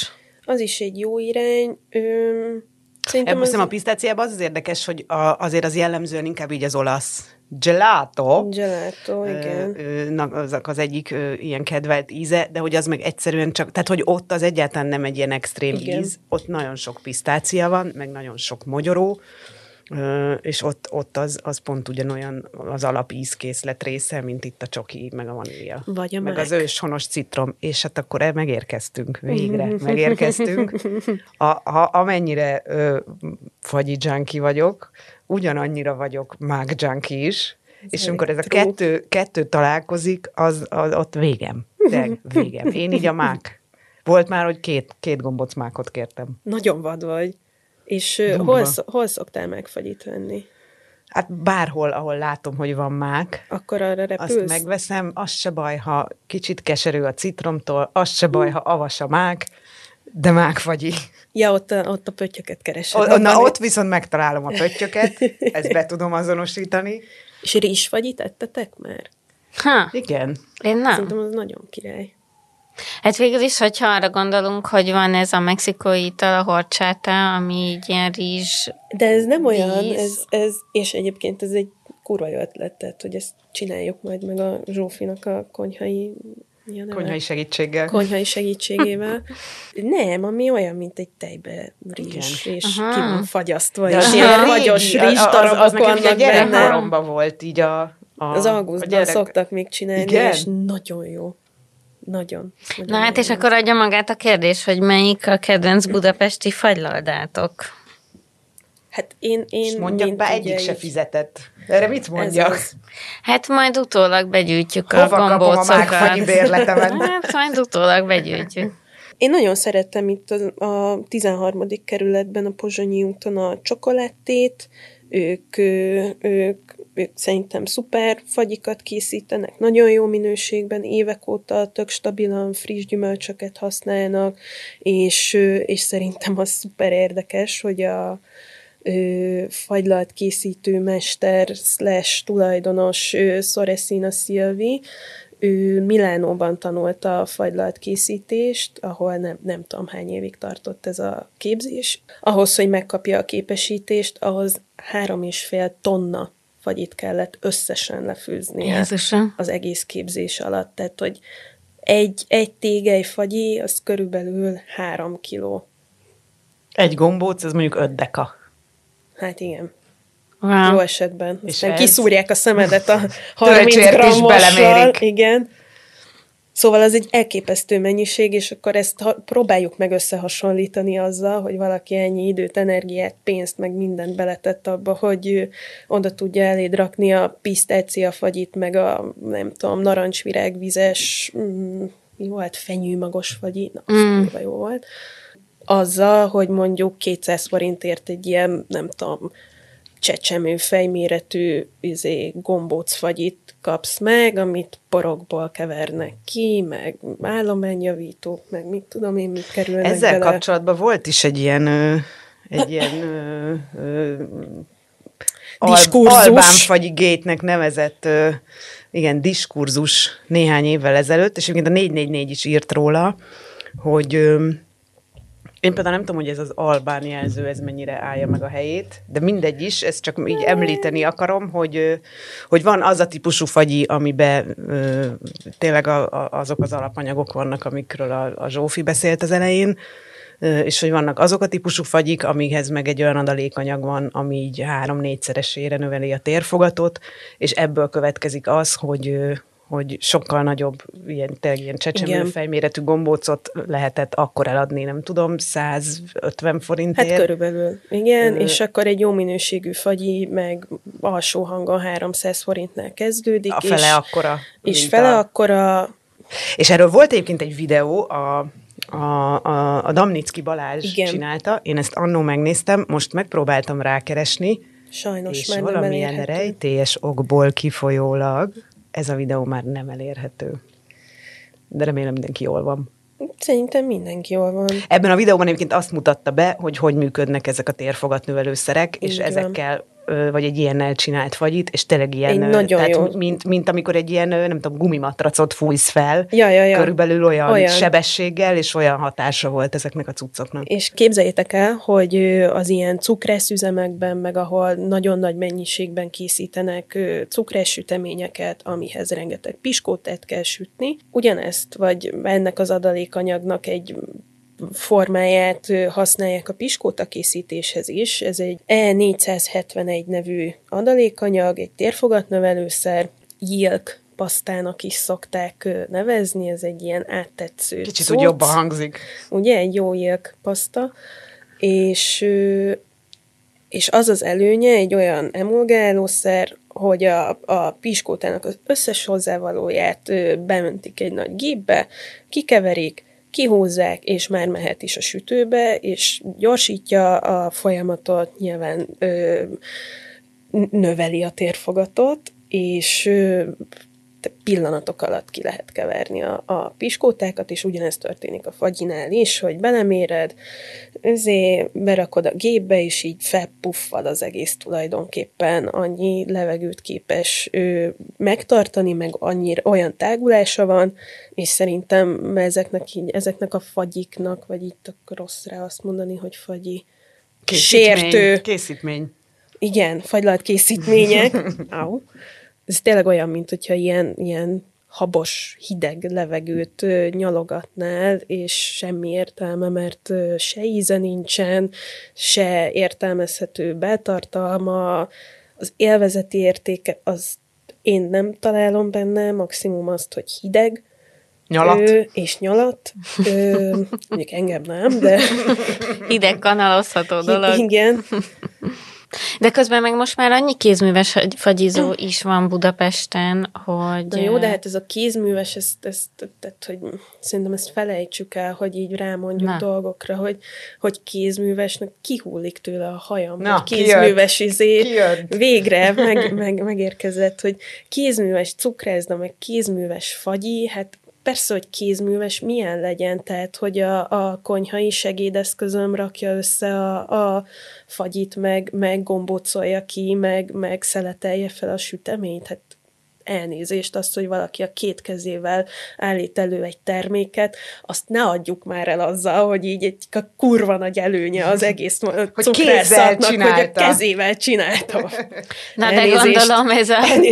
Az is egy jó irány. Szerintem a pisztáciában az érdekes, hogy azért az jellemzően inkább így az olasz gelato. Gelato, igen. Azok az egyik ilyen kedvelt íze, de hogy az meg egyszerűen csak, tehát hogy ott az egyáltalán nem egy ilyen extrém íz, ott nagyon sok pisztácia van, meg nagyon sok mogyoró, és ott az pont ugyanolyan az alap ízkészlet része, mint itt a csoki, meg a vanília. Vagy a meg mák. Az őshonos citrom, és hát akkor megérkeztünk, végre megérkeztünk. Amennyire fagyi junkie vagyok, ugyanannyira vagyok mák junkie is, és amikor ez a kettő találkozik, az ott végem. De végem. Én így a mák. Volt már, hogy két gombóc mákot kértem. Nagyon vad vagy. És hol szoktál mákfagyit venni? Hát bárhol, ahol látom, hogy van mák. Akkor arra repülsz? Azt megveszem, az se baj, ha kicsit keserű a citromtól, az se baj, ha avas a mák, de mákfagyi. Ja, ott a pöttyöket keresed. Ott viszont megtalálom a pöttyöket, ezt be tudom azonosítani. És rizsfagyit ettetek már? Igen. Én nem. Szerintem az nagyon király. Hát végül is, hogyha arra gondolunk, hogy van ez a mexikói ital, a horchata, ami így ilyen rizs. De ez nem olyan, ez és egyébként ez egy kurva jó ötlet, tehát, hogy ezt csináljuk majd meg a Zsófinak a konyhai segítséggel. Konyhai segítségével. Nem, ami olyan, mint egy tejbe rizs, és ki van fagyasztva, és ilyen fagyos rizsdarabok az nekem vannak a gyerekkoromban volt így az augusztban szoktak még csinálni, igen? És nagyon jó. Nagyon. Na hát, és akkor adja magát a kérdés, hogy melyik a kedvenc budapesti fagylaldátok? Hát én és mondjak be, egyik se fizetett. Erre mit mondjak? Hát majd utólag begyűjtjük a gombócokat. Hova kapom a mákfagyi bérletemet? Hát majd utólag begyűjtjük. Én nagyon szerettem itt a 13. kerületben, a Pozsonyi úton a csokoládét. Ők szerintem szuper fagyikat készítenek, nagyon jó minőségben, évek óta tök stabilan friss gyümölcsöket használnak, és szerintem az szuper érdekes, hogy a fagylalt készítő mester / tulajdonos Soresina Szilvi, ő Milánóban tanulta a fagylalt készítést, ahol nem tudom hány évig tartott ez a képzés. Ahhoz, hogy megkapja a képesítést, ahhoz 3,5 tonna fagyit kellett összesen lefőznie az egész képzés alatt. Tehát, hogy egy tégely fagyi, az körülbelül 3 kiló. Egy gombóc, ez mondjuk 5 deka. Hát igen. Wow. Jó esetben. Aztán kiszúrják a szemedet a 30 grammossal. Igen. Szóval az egy elképesztő mennyiség, és akkor ezt próbáljuk meg összehasonlítani azzal, hogy valaki ennyi időt, energiát, pénzt, meg mindent beletett abba, hogy oda tudja eléd rakni a pisztáciafagyit, meg a, nem tudom, narancsvirágvizes, mi volt, fenyőmagos fagyi, na, az jó volt. Azzal, hogy mondjuk 200 forintért egy ilyen, nem tudom, csecsemő fejméretű gombócfagyit kapsz meg, amit porokból kevernek ki, meg állományjavítók, meg mit tudom én, mit kerülnek ezzel bele. Kapcsolatban volt is egy ilyen albánfagyi gétnek nevezett diskurzus néhány évvel ezelőtt, és egyébként a 444 is írt róla, hogy én például nem tudom, hogy ez az albán jelző, ez mennyire állja meg a helyét, de mindegy is, ezt csak így említeni akarom, hogy van az a típusú fagyi, amiben tényleg azok az alapanyagok vannak, amikről a Zsófi beszélt az elején, és hogy vannak azok a típusú fagyik, amihez meg egy olyan adalékanyag van, ami így 3-4-szeresére növeli a térfogatot, és ebből következik az, hogy sokkal nagyobb, ilyen csecsemőfejméretű gombócot lehetett akkor eladni, nem tudom, 150 forintért. Hát körülbelül, igen, és akkor egy jó minőségű fagyi, meg alsó hangon 300 forintnál kezdődik. A fele akkora. És fele akkora. És erről volt egyébként egy videó, a Damnicki Balázs csinálta, én ezt annó megnéztem, most megpróbáltam rákeresni, sajnos és már nem valamilyen elérhető. rejtélyes okból kifolyólag ez a videó már nem elérhető. De remélem mindenki jól van. Szerintem mindenki jól van. Ebben a videóban egyébként azt mutatta be, hogy működnek ezek a térfogatnövelőszerek, és igen, ezekkel vagy egy ilyennel csinált fagyit, és tényleg ilyen, nagyon jó. Mint amikor egy ilyen, nem tudom, gumimatracot fújsz fel, Ja. körülbelül olyan sebességgel, és olyan hatása volt ezeknek a cuccoknak. És képzeljétek el, hogy az ilyen cukrászüzemekben, meg ahol nagyon nagy mennyiségben készítenek cukrássüteményeket, amihez rengeteg piskótát kell sütni, ugyanezt, vagy ennek az adalékanyagnak egy formáját használják a piskóta készítéshez is. Ez egy E471 nevű adalékanyag, egy térfogatnövelőszer, Jilk pasztának is szokták nevezni, ez egy ilyen áttetsző Kicsit úgy jobban hangzik. Ugye, egy jó Jilk paszta, és az az előnye, egy olyan emulgálószer, hogy a piskótának az összes hozzávalóját beöntik egy nagy gépbe, kikeverik, kihúzzák, és már mehet is a sütőbe, és gyorsítja a folyamatot, nyilván növeli a térfogatot, és pillanatok alatt ki lehet keverni a piskótákat, és ugyanezt történik a fagyinál is, hogy beleméred, berakod a gépbe, és így felpuffad az egész tulajdonképpen, annyi levegőt képes megtartani, meg olyan tágulása van, és szerintem ezeknek a fagyiknak, vagy itt akkor rossz rá azt mondani, hogy fagyi, sértő. Készítmény. Igen, fagylalt készítmények. Au. Ez tényleg olyan, mint hogyha ilyen habos, hideg levegőt nyalogatnál, és semmi értelme, mert se íze nincsen, se értelmezhető beltartalma, az élvezeti értéke, az én nem találom benne, maximum azt, hogy hideg, nyalat. És nyalat. Mondjuk engem nem, de... Hideg kanalozható dolog. Igen. De közben meg most már annyi kézműves fagyizó is van Budapesten, hogy... Na jó, de hát ez a kézműves, tehát, hogy szerintem ezt felejtsük el, hogy így rámondjuk dolgokra, hogy kézművesnek kihullik tőle a hajam, hogy kézműves végre megérkezett, hogy kézműves cukrászda, meg kézműves fagyi, hát persze, hogy kézműves milyen legyen, tehát, hogy a konyhai segédeszközöm rakja össze a fagyit, meg gombócolja ki, meg szeletelje fel a süteményt. Hát elnézést, azt, hogy valaki a két kezével állít elő egy terméket, azt ne adjuk már el azzal, hogy így egy kurva nagy előnye az egész cukrászatnak, hogy a kezével csinálta. Na de gondolom ez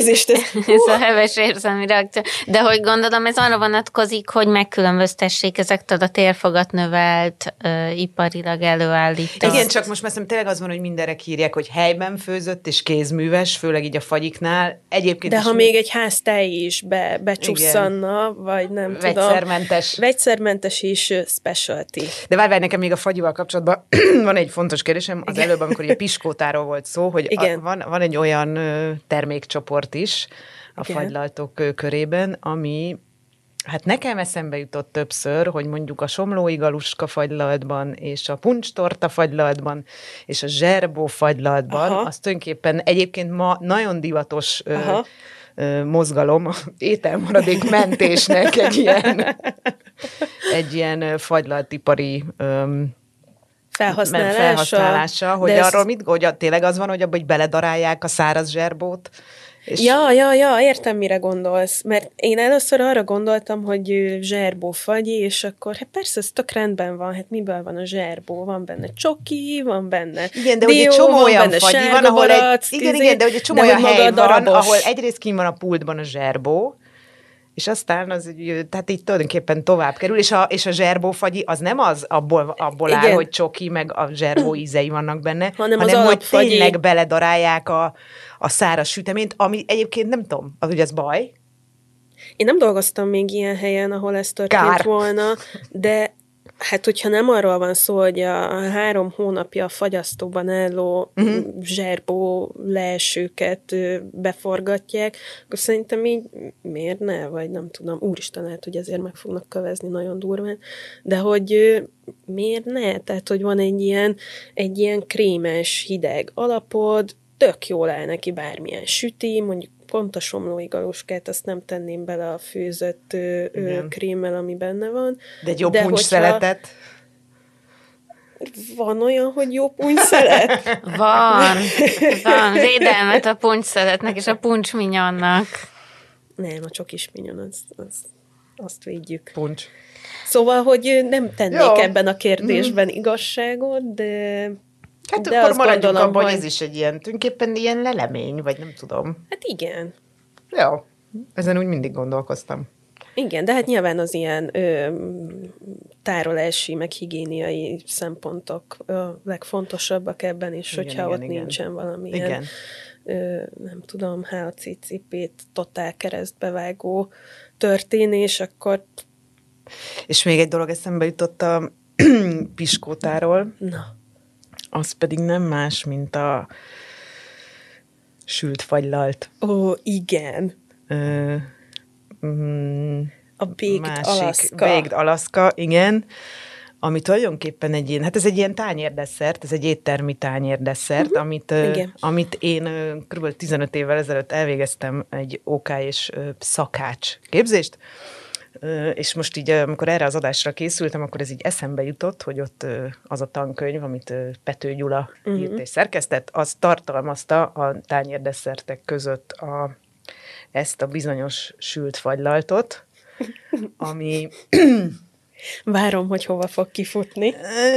a heves érzelmi reakció. De hogy gondolom ez arra vonatkozik, hogy megkülönböztessék ezektől a térfogat növelt, iparilag előállított. Igen, csak most már tényleg az van, hogy mindenre írják, hogy helyben főzött és kézműves, főleg így a fagyiknál. Egyébként de ha még egy háztály is becsusszanna, vagy nem vegyszermentes. tudom. Vegyszermentes és specialty. De várj, nekem még a fagyival kapcsolatban van egy fontos kérdésem. Az előbb, amikor a piskótáról volt szó, hogy van egy olyan termékcsoport is a fagylaltok körében, ami hát nekem eszembe jutott többször, hogy mondjuk a somlói galuska fagylaltban, és a puncstorta fagylaltban, és a zserbó fagylaltban, az tulajdonképpen egyébként ma nagyon divatos mozgalom, ételmaradék mentésnek egy ilyen fagylaltipari felhasználása, hogy arról hogy tényleg az van, hogy abban beledarálják a száraz zserbót. Ja, értem, mire gondolsz. Mert én először arra gondoltam, hogy zserbó fagyi, és akkor hát persze, ez tök rendben van, hát miből van a zserbó? Van benne csoki, van benne igen, de dió, egy csomó olyan fagyi van, ahol igen, de hogy egy csomó olyan hely van, ahol egyrészt kín van a pultban a zserbó, és aztán az, tehát így tulajdonképpen tovább kerül, és a zserbófagyi az nem az abból áll, hogy csoki, meg a zserbó ízei vannak benne, hanem hogy tényleg beledarálják a száraz süteményt, ami egyébként nem tudom, az ugye az baj. Én nem dolgoztam még ilyen helyen, ahol ez történt volna, de hát, hogyha nem arról van szó, hogy a 3 hónapja a fagyasztóban álló zserbó leesőket beforgatják, akkor szerintem így miért ne, vagy nem tudom, úristen, lehet, hogy ezért meg fognak kövezni nagyon durván, de hogy miért ne? Tehát, hogy van egy ilyen krémes, hideg alapod, tök jól áll neki bármilyen süti, mondjuk pont a somlói galuskát, azt nem tenném bele a főzött krémmel, ami benne van. De egy jó puncs szeletet. Van olyan, hogy jó puncszelet? Van. Védelmet a puncsszeletnek és a puncsminyonnak. Nem, a csokis minyon, azt védjük. Puncs. Szóval, hogy nem tennék ebben a kérdésben igazságot, de... Hát de akkor azt maradjunk gondolom, abban, hogy ez is egy ilyen, tulajdonképpen ilyen lelemény, vagy nem tudom. Hát igen. Jó, ezen úgy mindig gondolkoztam. Igen, de hát nyilván az ilyen tárolási, meg higiéniai szempontok legfontosabbak ebben is, Igen, hogyha igen, ott igen. nincsen valamilyen, nem tudom, HCCP-t totál keresztbevágó történés, akkor... És még egy dolog eszembe jutott a piskótáról. Na. Az pedig nem más, mint a sült fagylalt. Ó, igen. A Baked Alaska. Baked Alaska, igen. Ami tulajdonképpen egy ilyen, hát ez egy ilyen tányérdesszert, ez egy éttermi tányérdesszert, amit én kb. 15 évvel ezelőtt elvégeztem egy OK és szakács képzést, és most így, amikor erre az adásra készültem, akkor ez így eszembe jutott, hogy ott az a tankönyv, amit Pető Gyula írt és szerkesztett, az tartalmazta a tányérdesszertek között ezt a bizonyos sült fagylaltot, ami... Várom, hogy hova fog kifutni.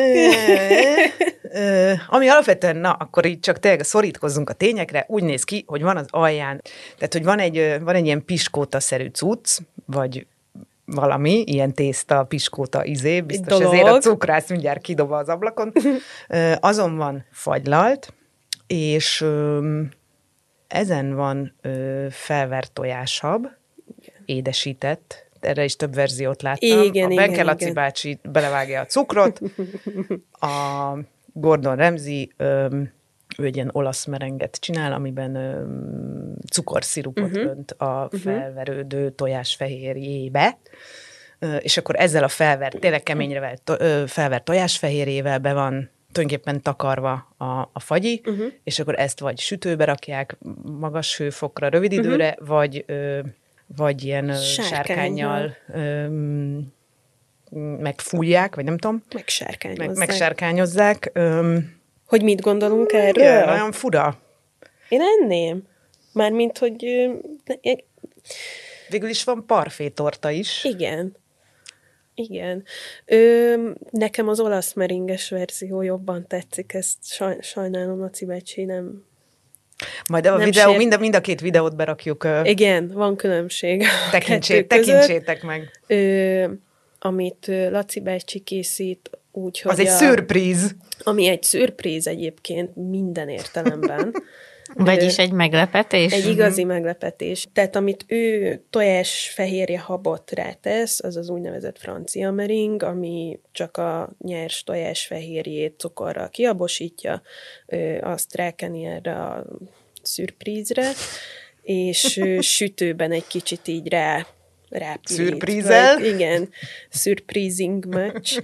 Ami alapvetően, akkor így csak tényleg szorítkozzunk a tényekre, úgy néz ki, hogy van az alján, tehát hogy van egy ilyen piskóta-szerű cucc, vagy valami, ilyen tészta, piskóta izé, biztos ezért a cukrász mindjárt kidob az ablakon. Azon van fagylalt, és ezen van felvert tojáshab, édesített, erre is több verziót láttam. Igen, a Benke Laci bácsi belevágja a cukrot, a Gordon Ramsay ő egy ilyen olasz merenget csinál, amiben cukorszirupot önt a felverődő tojásfehérjébe, és akkor ezzel a tényleg keményre felvert tojásfehérjével be van tulajdonképpen takarva a fagyi, és akkor ezt vagy sütőbe rakják magas hőfokra rövid időre, vagy ilyen sárkánnyal megfújják, vagy nem tudom. Megsárkányozzák. Hogy mit gondolunk erről? Igen, olyan fura. Én enném. Mármint, hogy... Végül is van parfétorta is. Igen. Nekem az olasz meringes verzió jobban tetszik, ezt sajnálom, Laci bácsi nem... Majd a videó, mind a két videót berakjuk. Igen, van különbség. Tekintsétek meg. Amit Laci bácsi készít, úgyhogy... Az egy szürpríz. Ami egy szürpríz egyébként minden értelemben. Vagyis egy meglepetés. Egy igazi meglepetés. Tehát amit ő tojásfehérje habot rátesz, az az úgynevezett francia mering, ami csak a nyers tojásfehérjét cukorral kiabosítja, azt rákeni erre a szürprízre, és sütőben egy kicsit így rápirít. Szürprízel? Igen, surprising much.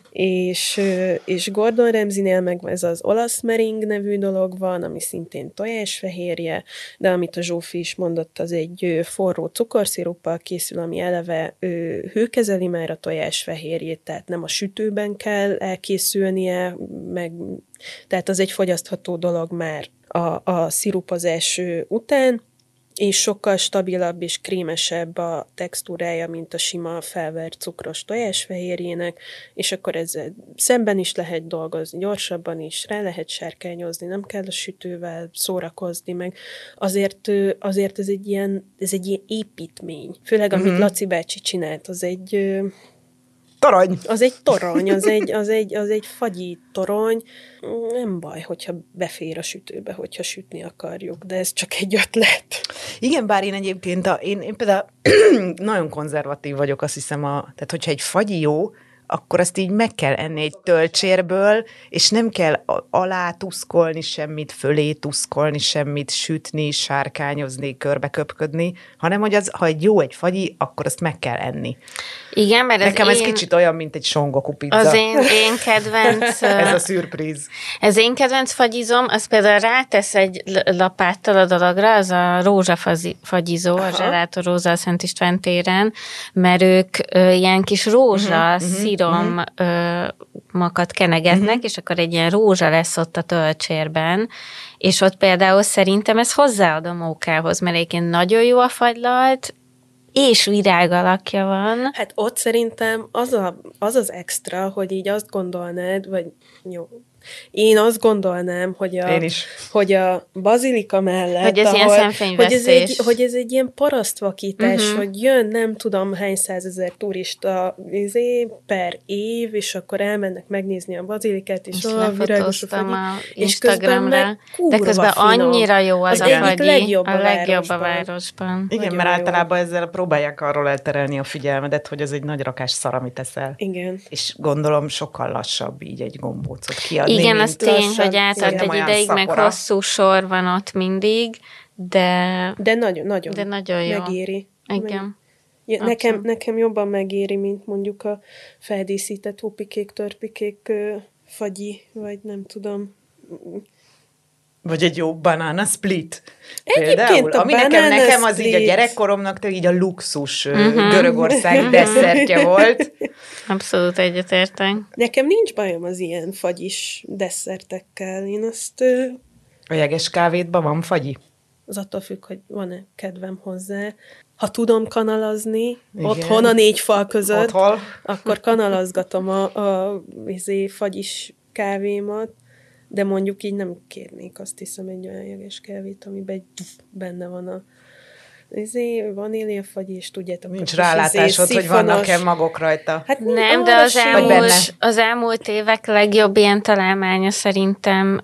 És Gordon Ramsaynél meg ez az olasz mering nevű dolog van, ami szintén tojásfehérje, de amit a Zsófi is mondott, az egy forró cukorsziruppal készül, ami eleve hőkezeli már a tojásfehérjét, tehát nem a sütőben kell elkészülnie, tehát az egy fogyasztható dolog már a szirupozás után, és sokkal stabilabb és krémesebb a textúrája, mint a sima felvert cukros tojásfehérjének, és akkor ezzel szemben is lehet dolgozni, gyorsabban is, rá lehet sárkányozni, nem kell a sütővel szórakozni, meg azért ez egy ilyen építmény. Főleg, amit Laci bácsi csinált, az egy... Torony. Az egy torony, az egy fagyi torony. Nem baj, hogyha befér a sütőbe, hogyha sütni akarjuk, de ez csak egy ötlet. Igen, bár én egyébként, én például nagyon konzervatív vagyok, azt hiszem, tehát hogyha egy fagyi jó, akkor azt így meg kell enni egy tölcsérből, és nem kell alá tuszkolni semmit, fölé tuszkolni semmit, sütni, sárkányozni, körbeköpködni, hanem hogy ha egy jó egy fagyi, akkor azt meg kell enni. Igen, mert nekem ez kicsit olyan, mint egy songoku pizza. Az én kedvenc... ez a szürpríz. Ez én kedvenc fagyizom, az például rátesz egy lapáttal a dologra, az a rózsafagyizó, a Zserátor Róza a Szent István téren, mert ők ilyen kis rózsa szíromakat kenegetnek, és akkor egy ilyen rózsa lesz ott a töltsérben, és ott például szerintem ez hozzáad a mókához, mert egyébként nagyon jó a fagylalt, és virág alakja van. Hát ott szerintem az extra, hogy így azt gondolnád, vagy jó, én azt gondolnám, hogy a bazilika mellett, hogy ez ilyen szemfényvesztés. Hogy ez egy ilyen parasztvakítás, hogy jön nem tudom hány százezer turista per év, és akkor elmennek megnézni a bazilikát, és lefotóztam a Instagramra, de közben finom. Annyira jó az a fagyi, a legjobb a városban. Igen, nagyon mert jó. általában ezzel próbálják arról elterelni a figyelmedet, hogy ez egy nagy rakás szar, amit eszel. Igen. És gondolom sokkal lassabb így egy gombócot kiadni. Igen, az tény, lassan, hogy átart egy ideig, meg hosszú sor van ott mindig, de nagyon jó. Megéri. Igen. Nekem jobban megéri, mint mondjuk a feldíszített hupikék, törpikék, fagyi, vagy nem tudom. Vagy egy jó banana split. Egyébként Például, a ami banana nekem az így a split. gyerekkoromnak így a luxus görögországi desszertje volt. Abszolút egyetértek. Nekem nincs bajom az ilyen fagyis desszertekkel. Én azt... A jeges kávédban van fagyi? Az attól függ, hogy van-e kedvem hozzá. Ha tudom kanalazni, Igen. otthon a 4 fal között, Otthon. akkor kanalazgatom a fagyis kávémat, de mondjuk így nem kérnék, azt hiszem, egy olyan jeges kávét, amiben benne van a vaníliafagy, és tudjátok, Nincs a rálátásod, hogy szifonos. vannak-e magok rajta. Hát Nem, de az elmúlt évek legjobb ilyen találmánya szerintem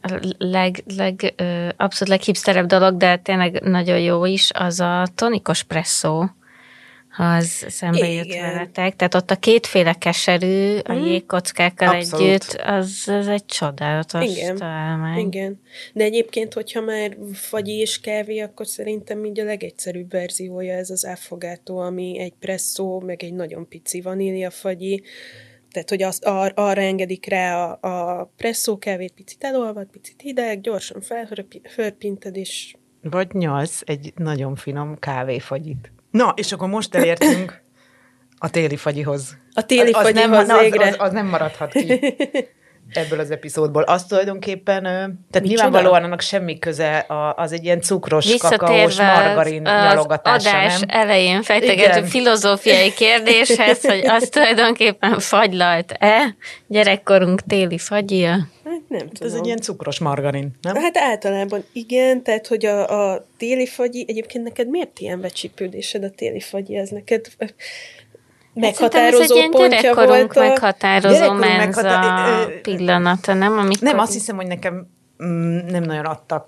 abszolút leghipsterebb dolog, de tényleg nagyon jó is, az a tonikos presszó, ha az szembe jött veletek. Tehát ott a kétféle keserű, a jégkockákkal Abszolút. együtt, az egy csodálatos találmány. Igen. De egyébként, hogyha már fagyi és kávé, akkor szerintem így a legegyszerűbb verziója ez az affogato, ami egy presszó, meg egy nagyon pici vaníliafagyi. Tehát, hogy arra engedik rá a presszó kávét, picit elolvad, picit hideg, gyorsan felhörpinted, és... Vagy nyalsz egy nagyon finom kávéfagyit. Na, és akkor most elértünk a téli fagyihoz. A téli fagyihoz végre. Az nem maradhat ki ebből az epizódból. Az tulajdonképpen, tehát nyilvánvalóan annak semmi köze, az egy ilyen cukros, kakaós, margarin nyalogatása, nem? Az adás elején fejtegető Igen. filozófiai kérdéshez, hogy az tulajdonképpen fagylalt-e gyerekkorunk téli fagyja? Hát nem tudom. Ez egy ilyen cukros margarin, nem? Hát általában igen, tehát hogy a téli fagyi, egyébként neked miért ilyen becsípődésed a téli fagyi? Ez neked meghatározó pontja volt meghatározó menza pillanata, nem? Amikor... Nem, azt hiszem, hogy nekem nem nagyon adtak.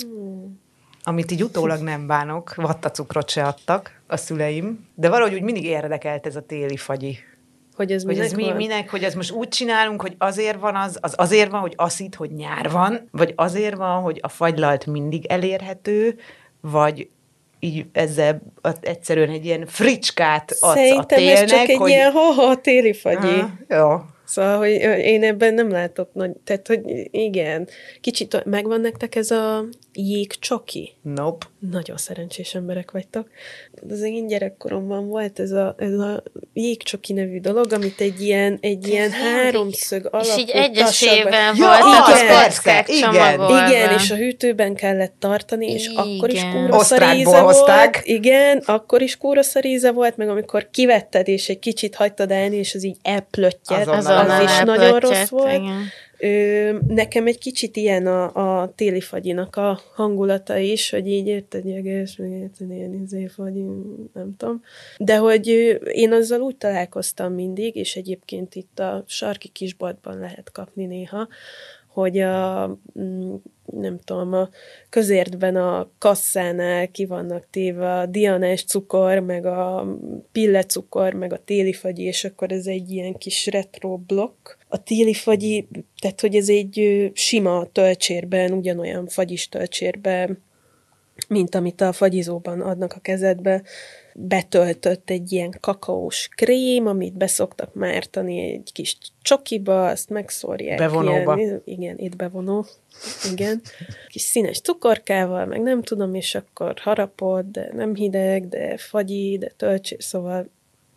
Amit így utólag nem bánok, vattacukrot se adtak a szüleim, de valahogy úgy mindig érdekelt ez a téli fagyi. Hogy ez minek, hogy ez most úgy csinálunk, hogy azért van az azért van, hogy aszít, hogy nyár van, vagy azért van, hogy a fagylalt mindig elérhető, vagy így ezzel egyszerűen egy ilyen fricskát adsz szerintem a télnek. ez csak egy ilyen téli fagyi. Jó. Szóval, hogy én ebben nem látok nagy... Tehát, hogy igen. Kicsit megvan nektek ez a jégcsoki? Nope. Nagyon szerencsés emberek vagytok. Az én gyerekkoromban volt ez a jégcsoki nevű dolog, amit egy ilyen háromszög alakú és így egyesével volt a kockák csomagolva. Igen, és a hűtőben kellett tartani, és igen. akkor is kúraszar íze volt. Igen, akkor is kúraszar íze volt, meg amikor kivetted, és egy kicsit hagytad elni, és az így elplöttyet, az is nagyon rossz volt. Igen. Nekem egy kicsit ilyen a téli fagyinak a hangulata is, hogy így érted, jeges, meg érted, ilyen fagyi, nem tudom. De hogy én azzal úgy találkoztam mindig, és egyébként itt a sarki kisboltban lehet kapni néha, hogy nem tudom, a közértben a kasszánál ki vannak téve a dianás cukor, meg a pillecukor, meg a téli fagyi, és akkor ez egy ilyen kis retro blokk. A téli fagyi, tehát hogy ez egy sima töltsérben, ugyanolyan fagyis töltsérben, mint amit a fagyizóban adnak a kezedbe, betöltött egy ilyen kakaós krém, amit beszoktak mártani egy kis csokiba, azt megszórják. Bevonóba. Igen, itt bevonó. Igen. Kis színes cukorkával, meg nem tudom, és akkor harapod, de nem hideg, de fagyi, de töltsér, szóval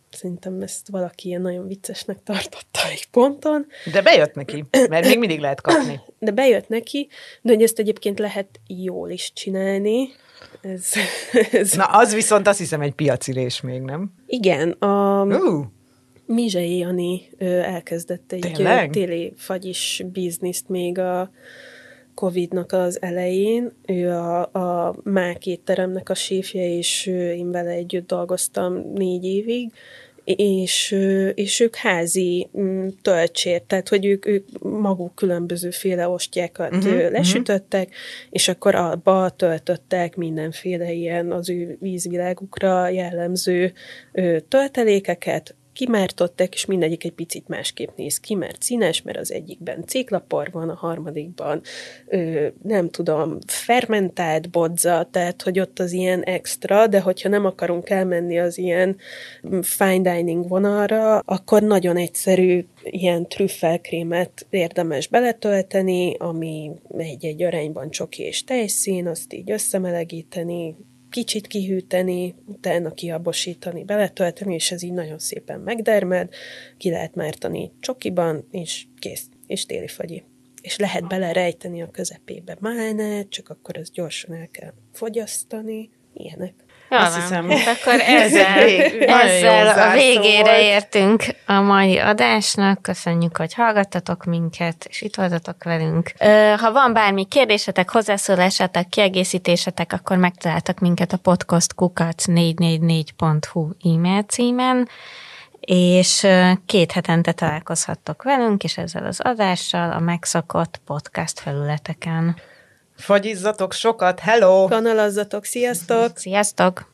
Szerintem ezt valaki ilyen nagyon viccesnek tartotta egy ponton. De bejött neki, mert még mindig lehet kapni. De bejött neki, de hogy ezt egyébként lehet jól is csinálni. Na, az viszont azt hiszem egy piacirés még, nem? Igen, Mizsei Jani elkezdett egy téli fagyis bizniszt még a Covid-nak az elején. Ő a Mák étteremnek a séfje, és én vele együtt dolgoztam 4 évig, és ők házi töltsért, tehát hogy ők maguk különbözőféle ostyákat lesütöttek, és akkor abba töltöttek mindenféle ilyen az ő vízvilágukra jellemző töltelékeket, kimártották, és mindegyik egy picit másképp néz ki, mert színes, mert az egyikben céklapor van, a harmadikban nem tudom, fermentált bodza, tehát hogy ott az ilyen extra, de hogyha nem akarunk elmenni az ilyen fine dining vonalra, akkor nagyon egyszerű ilyen trüffelkrémet érdemes beletölteni, ami egy arányban csoki és tejszín, azt így összemelegíteni, kicsit kihűteni, utána kiabosítani, beletölteni, és ez így nagyon szépen megdermed, ki lehet mártani csokiban, és kész, és téli fagyi. És lehet belerejteni a közepébe málnát, csak akkor ezt gyorsan el kell fogyasztani, ilyenek. Azt hiszem, akkor ezzel a végére értünk a mai adásnak. Köszönjük, hogy hallgattatok minket, és itt voltatok velünk. Ha van bármi kérdésetek, hozzászólásatok, kiegészítésetek, akkor megtaláltak minket a podcastkukac444.hu e-mail címen, és 2 hetente találkozhattok velünk, és ezzel az adással a megszokott podcast felületeken. Fagyizzatok sokat, hello! Kanalazzatok, sziasztok! Sziasztok!